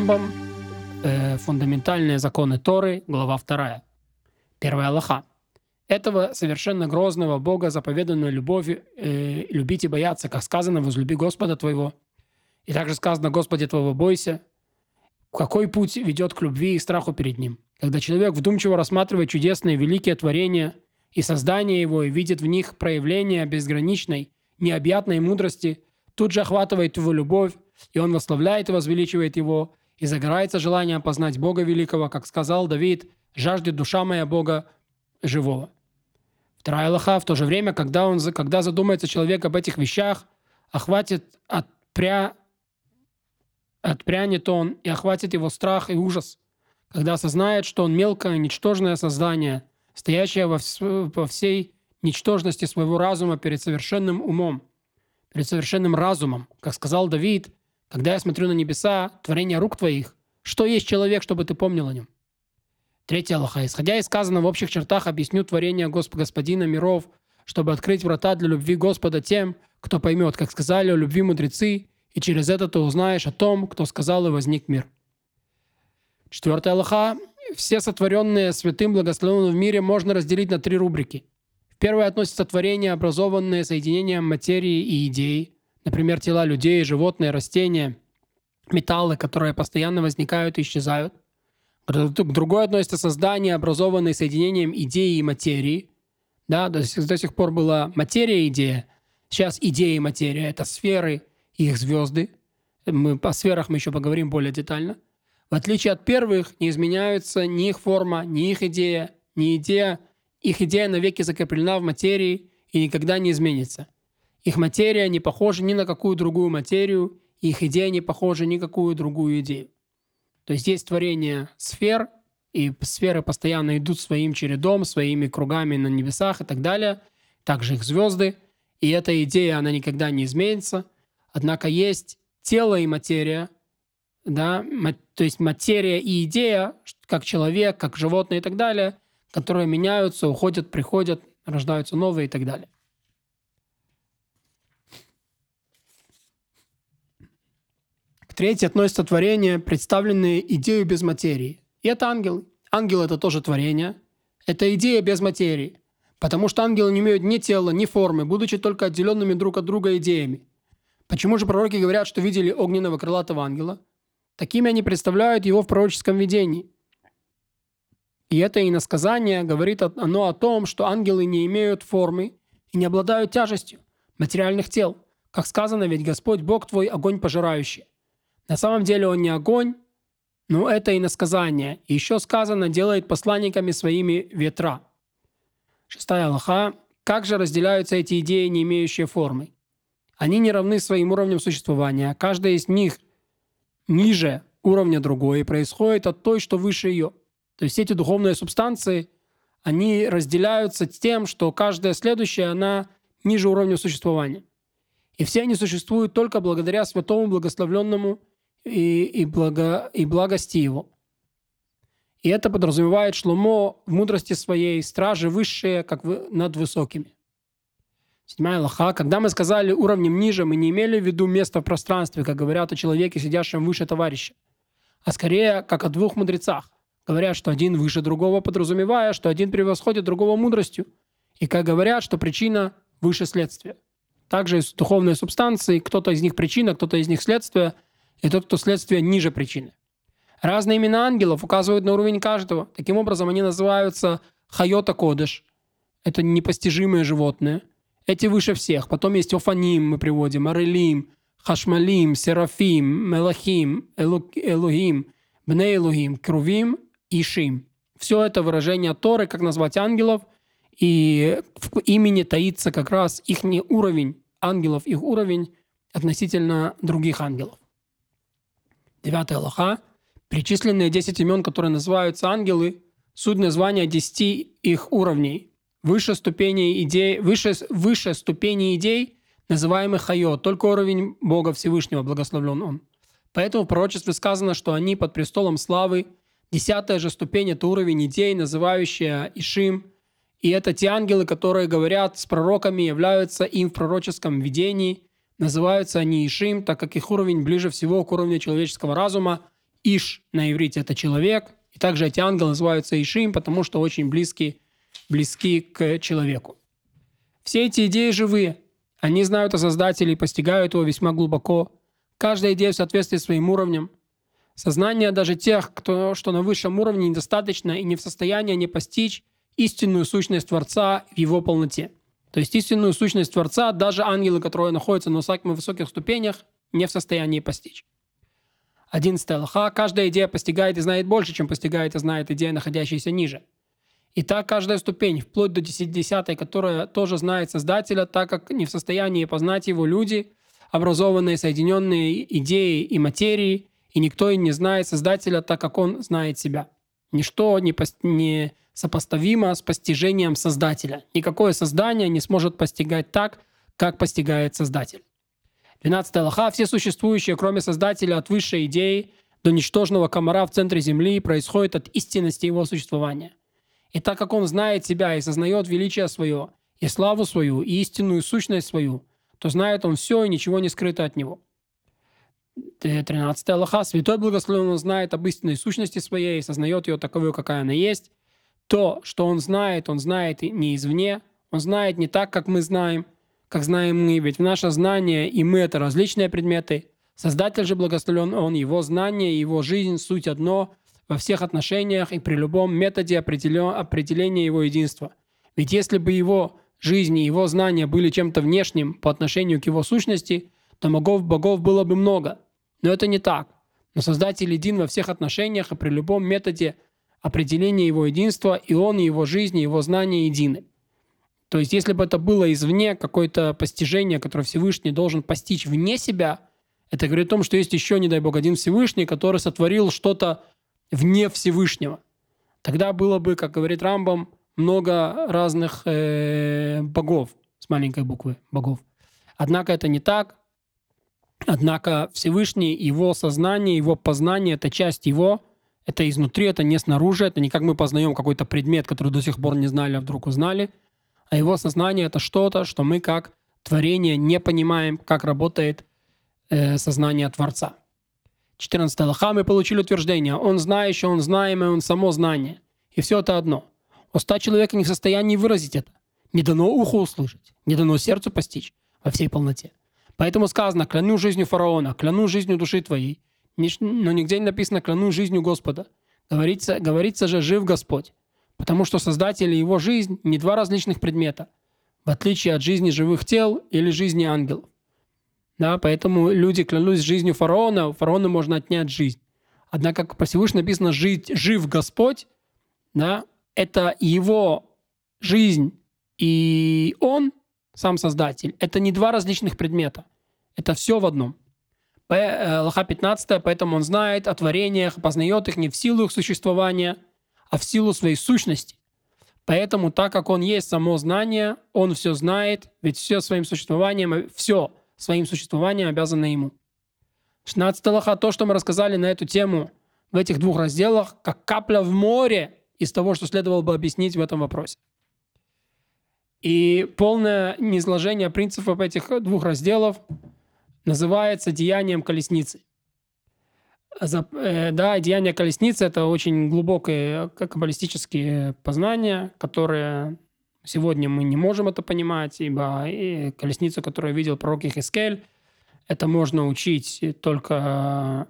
Рамбам, фундаментальные законы Торы, глава 2. Первая алаха. Этого совершенно грозного Бога заповеданную любовью любить и бояться, как сказано, возлюби Господа твоего. И также сказано, Господи твоего бойся. Какой путь ведет к любви и страху перед Ним? Когда человек вдумчиво рассматривает чудесные великие творения и создание его, и видит в них проявление безграничной, необъятной мудрости, тут же охватывает его любовь, и он восславляет и возвеличивает его, и загорается желанием познать Бога великого, как сказал Давид, «Жаждет душа моя Бога живого». Вторая алаха. В то же время, когда задумается человек об этих вещах, отпрянет он и охватит его страх и ужас, когда осознает, что он мелкое, ничтожное создание, стоящее во всей ничтожности своего разума перед совершенным умом, перед совершенным разумом. Как сказал Давид, когда я смотрю на небеса, творение рук твоих, что есть человек, чтобы ты помнил о нем? Третья алаха. Исходя из сказанного в общих чертах, объясню творение Господина миров, чтобы открыть врата для любви Господа тем, кто поймет, как сказали о любви мудрецы, и через это ты узнаешь о том, кто сказал и возник мир. Четвертая алаха. Все сотворенные святым благословенным в мире можно разделить на 3 рубрики. В первой относятся творения, образованные соединением материи и идей, например, тела людей, животные, растения, металлы, которые постоянно возникают и исчезают. К другой относится создание, образованное соединением идеи и материи. Да, до сих пор была материя и идея. Сейчас идея и материя — это сферы и их звезды. О сферах мы еще поговорим более детально. В отличие от первых, не изменяются ни их форма, ни их идея, ни идея. Их идея навеки закреплена в материи и никогда не изменится. Их материя не похожа ни на какую другую материю, и их идея не похожа ни на какую другую идею. То есть есть творение сфер, и сферы постоянно идут своим чередом, своими кругами на небесах и так далее. Также их звезды. И эта идея, она никогда не изменится. Однако есть тело и материя, да, то есть материя и идея, как человек, как животное и так далее, которые меняются, уходят, приходят, рождаются новые и так далее. К третьей относятся творения, представленные идеей без материи. И это ангелы. Ангелы — это тоже творение. Это идея без материи. Потому что ангелы не имеют ни тела, ни формы, будучи только отделенными друг от друга идеями. Почему же пророки говорят, что видели огненного крылатого ангела? Такими они представляют его в пророческом видении. И это иносказание говорит оно о том, что ангелы не имеют формы и не обладают тяжестью материальных тел. Как сказано, ведь Господь Бог твой огонь пожирающий. На самом деле он не огонь, но это иносказание. И еще сказано, делает посланниками своими ветра. Шестая алаха. Как же разделяются эти идеи, не имеющие формы? Они не равны своим уровням существования. Каждая из них ниже уровня другой и происходит от той, что выше ее. То есть эти духовные субстанции, они разделяются тем, что каждая следующая, она ниже уровня существования. И все они существуют только благодаря святому, благословленному и благости его. И это подразумевает Шломо в мудрости своей, стражи высшие, как над высокими. 7 алаха. Когда мы сказали уровнем ниже, мы не имели в виду место в пространстве, как говорят о человеке, сидящем выше товарища, а скорее, как о 2 мудрецах. Говорят, что один выше другого, подразумевая, что один превосходит другого мудростью. И как говорят, что причина выше следствия. Также из духовной субстанции кто-то из них причина, кто-то из них следствие, и тот, кто следствие, ниже причины. Разные имена ангелов указывают на уровень каждого. Таким образом, они называются Хайота Кодеш. Это непостижимые животные. Эти выше всех. Потом есть Офаним, мы приводим, Арелим, Хашмалим, Серафим, Мелахим, Элохим, Бней Элохим, Крувим и Шим. Все это выражение Торы, как назвать ангелов, и в имени таится как раз их уровень ангелов, их уровень относительно других ангелов. 9 алаха. Перечисленные 10 имен, которые называются ангелы, суть названия 10 их уровней. Выше ступени идей, называемых Хайот, только уровень Бога Всевышнего, благословлен Он. Поэтому в пророчестве сказано, что они под престолом славы. 10-я же ступень — это уровень идей, называющая Ишим. И это те ангелы, которые говорят с пророками, являются им в пророческом видении. Называются они Ишим, так как их уровень ближе всего к уровню человеческого разума Иш на иврите — это человек. И также эти ангелы называются Ишим, потому что очень близки к человеку. Все эти идеи живые. Они знают о Создателе и постигают его весьма глубоко. Каждая идея в соответствии с своим уровнем. Сознание даже тех, что на высшем уровне, недостаточно и не в состоянии не постичь истинную сущность Творца в его полноте. То есть истинную сущность Творца даже ангелы, которые находятся на самых высоких ступенях, не в состоянии постичь. 11 алаха. Каждая идея постигает и знает больше, чем постигает и знает идея, находящаяся ниже. И так каждая ступень, вплоть до 10-й, которая тоже знает Создателя, так как не в состоянии познать его люди, образованные, соединенные идеей и материей, и никто и не знает Создателя, так как он знает себя. Ничто не сопоставимо с постижением Создателя. Никакое создание не сможет постигать так, как постигает Создатель. 12 алаха. Все существующие, кроме Создателя, от высшей идеи до ничтожного комара в центре Земли, происходят от истинности его существования. И так как он знает себя и сознает величие свое, и славу свою, и истинную сущность свою, то знает он все, и ничего не скрыто от него. 13 алаха. Святой Благословен он знает об истинной сущности своей и сознает ее таковой, какая она есть. То, что он знает не извне, он знает не так, как мы знаем, как знаем мы, ведь наше знание и мы — это различные предметы. Создатель же благословен он, его знание и его жизнь — суть одно во всех отношениях и при любом методе определения его единства. Ведь если бы его жизнь и его знания были чем-то внешним по отношению к его сущности, то богов было бы много. Но это не так. Но Создатель един во всех отношениях и при любом методе определения его единства, и он, и его жизнь, и его знания едины. То есть, если бы это было извне, какое-то постижение, которое Всевышний должен постичь вне себя, это говорит о том, что есть еще, не дай Бог, один Всевышний, который сотворил что-то вне Всевышнего. Тогда было бы, как говорит Рамбам, много разных богов, с маленькой буквы богов. Однако это не так. Однако Всевышний, его сознание, его познание — это часть его, это изнутри, это не снаружи, это не как мы познаем какой-то предмет, который до сих пор не знали, а вдруг узнали. А его сознание — это что-то, что мы как творение не понимаем, как работает сознание Творца. 14 алаха. Мы получили утверждение: он знающий, он знаемый, он само знание. И все это одно. Уста человека не в состоянии выразить это. Не дано уху услышать, не дано сердцу постичь во всей полноте. Поэтому сказано: клянусь жизнью фараона, клянусь жизнью души твоей. Но нигде не написано: клянусь жизнью Господа. Говорится же: жив Господь. Потому что Создатель и его жизнь не два различных предмета, в отличие от жизни живых тел или жизни ангелов. Да, поэтому люди клянутся жизнью фараона, у фараона можно отнять жизнь. Однако, как по Всевышнему написано: жив Господь, да, это его жизнь, и он, сам Создатель, это не два различных предмета. Это все в одном. Алаха 15, поэтому он знает о творениях, познает их не в силу их существования, а в силу своей сущности. Поэтому, так как он есть само знание, он все знает, ведь все своим существованием обязано ему. 16 алаха. То, что мы рассказали на эту тему в этих двух разделах, как капля в море из того, что следовало бы объяснить в этом вопросе. И полное изложение принципов этих двух разделов называется деянием колесницы. Да, деяние колесницы — это очень глубокое каббалистические познания, которые сегодня мы не можем это понимать, ибо колесницу, которую видел пророк Ихескель, это можно учить только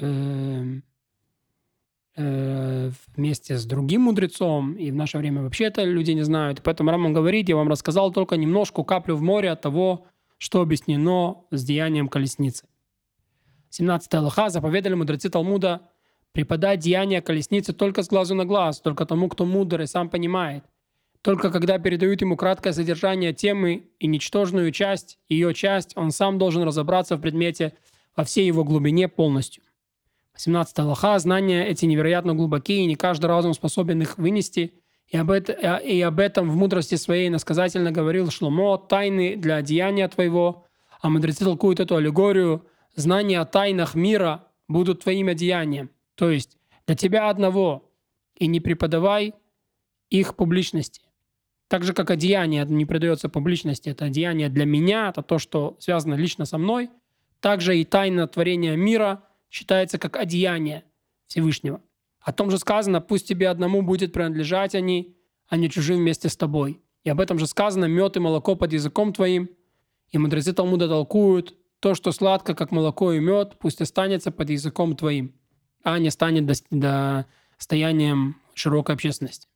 вместе с другим мудрецом, и в наше время вообще это люди не знают. Поэтому Рамбам говорит: я вам рассказал только немножко, каплю в море от того, что объяснено с деянием колесницы. 17 алаха. Заповедали мудрецы Талмуда преподать деяния колесницы только с глазу на глаз, только тому, кто мудр и сам понимает. Только когда передают ему краткое содержание темы и ничтожную часть, ее часть, он сам должен разобраться в предмете во всей его глубине полностью. 18 алаха. Знания эти невероятно глубокие, и не каждый разум способен их вынести. И об этом в мудрости своей иносказательно говорил Шломо: тайны для одеяния твоего. А мудрецы толкуют эту аллегорию: знания о тайнах мира будут твоим одеянием. То есть для тебя одного, и не преподавай их публичности. Так же, как одеяние не придается публичности, это одеяние для меня, это то, что связано лично со мной, также и тайна творения мира считается как одеяние. Всевышнего. О том же сказано: «Пусть тебе одному будет принадлежать они, а не чужим вместе с тобой». И об этом же сказано: «Мед и молоко под языком твоим». И мудрецы Талмуда толкуют: то, что сладко, как молоко и мед, пусть останется под языком твоим, а не станет достоянием широкой общественности.